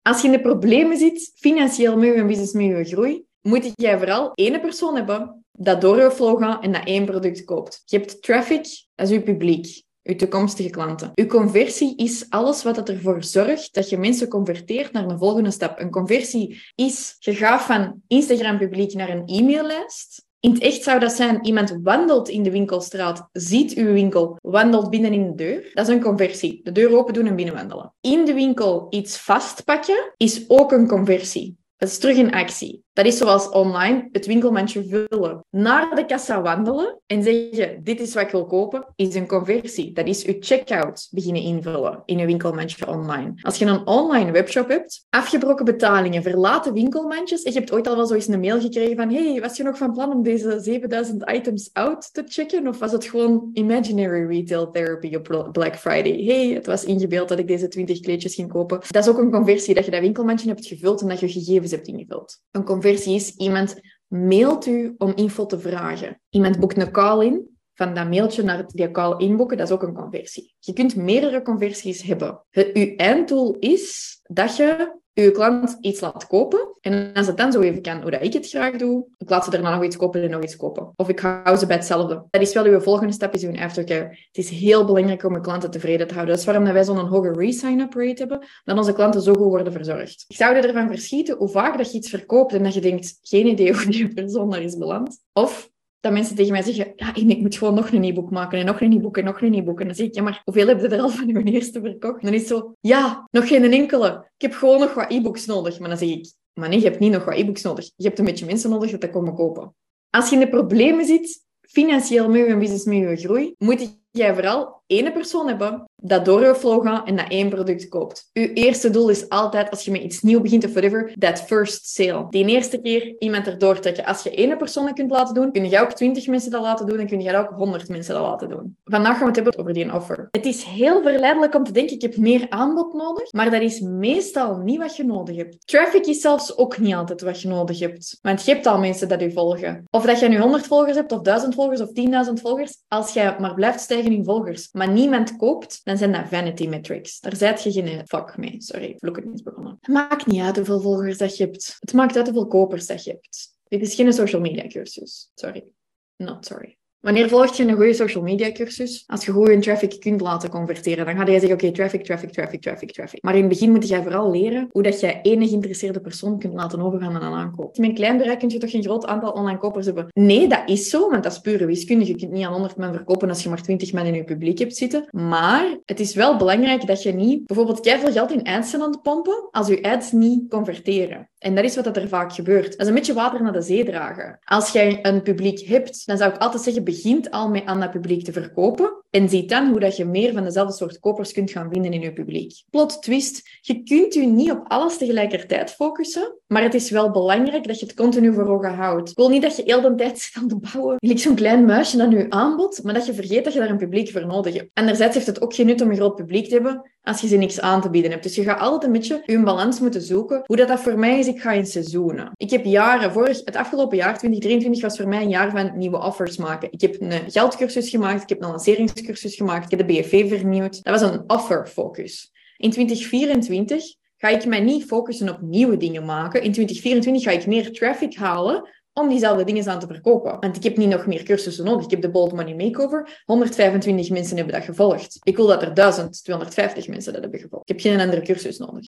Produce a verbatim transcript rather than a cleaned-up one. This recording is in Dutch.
Als je in de problemen zit, financieel met je business, met je groei, moet jij vooral één persoon hebben dat door je flow gaat en dat één product koopt. Je hebt traffic, dat is je publiek. Uw toekomstige klanten. Uw conversie is alles wat ervoor zorgt dat je mensen converteert naar een volgende stap. Een conversie is, je gaat van Instagram-publiek naar een e-maillijst. In het echt zou dat zijn, iemand wandelt in de winkelstraat, ziet uw winkel, wandelt binnen in de deur. Dat is een conversie. De deur open doen en binnenwandelen. In de winkel iets vastpakken is ook een conversie. Dat is terug in actie. Dat is zoals online het winkelmandje vullen. Naar de kassa wandelen en zeggen, dit is wat ik wil kopen, is een conversie. Dat is je checkout beginnen invullen in je winkelmandje online. Als je een online webshop hebt, afgebroken betalingen, verlaten winkelmandjes, en je hebt ooit al wel zo eens een mail gekregen van, hey, was je nog van plan om deze zevenduizend items out te checken? Of was het gewoon imaginary retail therapy op Black Friday? Hey, het was ingebeeld dat ik deze twintig kleedjes ging kopen. Dat is ook een conversie, dat je dat winkelmandje hebt gevuld en dat je gegevens hebt ingevuld. Een conversie is, iemand mailt u om info te vragen. Iemand boekt een call in, van dat mailtje naar die call inboeken, dat is ook een conversie. Je kunt meerdere conversies hebben. Het, uw einddoel is dat je uw klant iets laat kopen. En als het dan zo even kan, hoe dat ik het graag doe, ik laat ze daarna nog iets kopen en nog iets kopen. Of ik hou ze bij hetzelfde. Dat is wel uw volgende stap, is uw aftercare. Het is heel belangrijk om uw klanten tevreden te houden. Dat is waarom wij zo'n hoge re-sign-up rate hebben, dat onze klanten zo goed worden verzorgd. Ik zou ervan verschieten hoe vaak dat je iets verkoopt en dat je denkt, geen idee hoe die persoon daar is beland. Of dat mensen tegen mij zeggen, ja, ik moet gewoon nog een e-book maken en nog een e-book en nog een e-book. En dan zeg ik, ja, maar hoeveel heb je er al van je eerste verkocht? En dan is het zo, ja, nog geen enkele. Ik heb gewoon nog wat e-books nodig. Maar dan zeg ik, maar nee, je hebt niet nog wat e-books nodig. Je hebt een beetje mensen nodig dat dat komen kopen. Als je in de problemen zit, financieel met je business, met je groei, moet jij vooral één persoon hebben dat door je flow gaat en dat één product koopt. Uw eerste doel is altijd, als je met iets nieuw begint of whatever, that first sale. Die eerste keer iemand erdoor trekken. Als je één persoon dat kunt laten doen, kun je ook twintig mensen dat laten doen en kun je ook honderd mensen dat laten doen. Vandaag gaan we het hebben over die offer. Het is heel verleidelijk om te denken, ik heb meer aanbod nodig, maar dat is meestal niet wat je nodig hebt. Traffic is zelfs ook niet altijd wat je nodig hebt. Want je hebt al mensen dat je volgen. Of dat je nu honderd volgers hebt, of duizend volgers, of tienduizend volgers. Als jij maar blijft stijgen in volgers, maar niemand koopt, dan zijn dat vanity metrics. Daar zijt je geen fuck mee. Sorry, vloek het niet begonnen. Het maakt niet uit hoeveel volgers dat je hebt. Het maakt uit hoeveel kopers dat je hebt. Dit is geen social media cursus. Sorry. Not sorry. Wanneer volg je een goede social media cursus? Als je goed je traffic kunt laten converteren, dan ga je zeggen, oké, okay, traffic, traffic, traffic, traffic, traffic. Maar in het begin moet je vooral leren hoe dat je één geïnteresseerde persoon kunt laten overgaan aan een aankoop. Met een klein bereik kun je toch geen groot aantal online kopers hebben? Nee, dat is zo, want dat is pure wiskunde. Je kunt niet aan honderd man verkopen als je maar twintig man in je publiek hebt zitten. Maar het is wel belangrijk dat je niet bijvoorbeeld keiveel geld in ads aan te pompen als je ads niet converteren. En dat is wat er vaak gebeurt. Dat is een beetje water naar de zee dragen. Als jij een publiek hebt, dan zou ik altijd zeggen, begint al met aan dat publiek te verkopen en zie dan hoe dat je meer van dezelfde soort kopers kunt gaan vinden in je publiek. Plot twist, je kunt je niet op alles tegelijkertijd focussen, maar het is wel belangrijk dat je het continu voor ogen houdt. Ik wil niet dat je heel de tijd zit aan te bouwen, gelijk zo'n klein muisje aan je aanbod, maar dat je vergeet dat je daar een publiek voor nodig hebt. Anderzijds heeft het ook geen nut om een groot publiek te hebben als je ze niks aan te bieden hebt. Dus je gaat altijd een beetje je balans moeten zoeken. Hoe dat, dat voor mij is, ik ga in seizoenen. Ik heb jaren, vorig, het afgelopen jaar, twintig drieëntwintig, was voor mij een jaar van nieuwe offers maken. Ik heb een geldcursus gemaakt, ik heb een lanceringscursus gemaakt, ik heb de B F V vernieuwd. Dat was een offer-focus. In twintig vierentwintig ga ik mij niet focussen op nieuwe dingen maken. In twintig vierentwintig ga ik meer traffic halen om diezelfde dingen aan te verkopen. Want ik heb niet nog meer cursussen nodig. Ik heb de Bold Money Makeover. honderdvijfentwintig mensen hebben dat gevolgd. Ik wil dat er duizend tweehonderdvijftig mensen dat hebben gevolgd. Ik heb geen andere cursus nodig.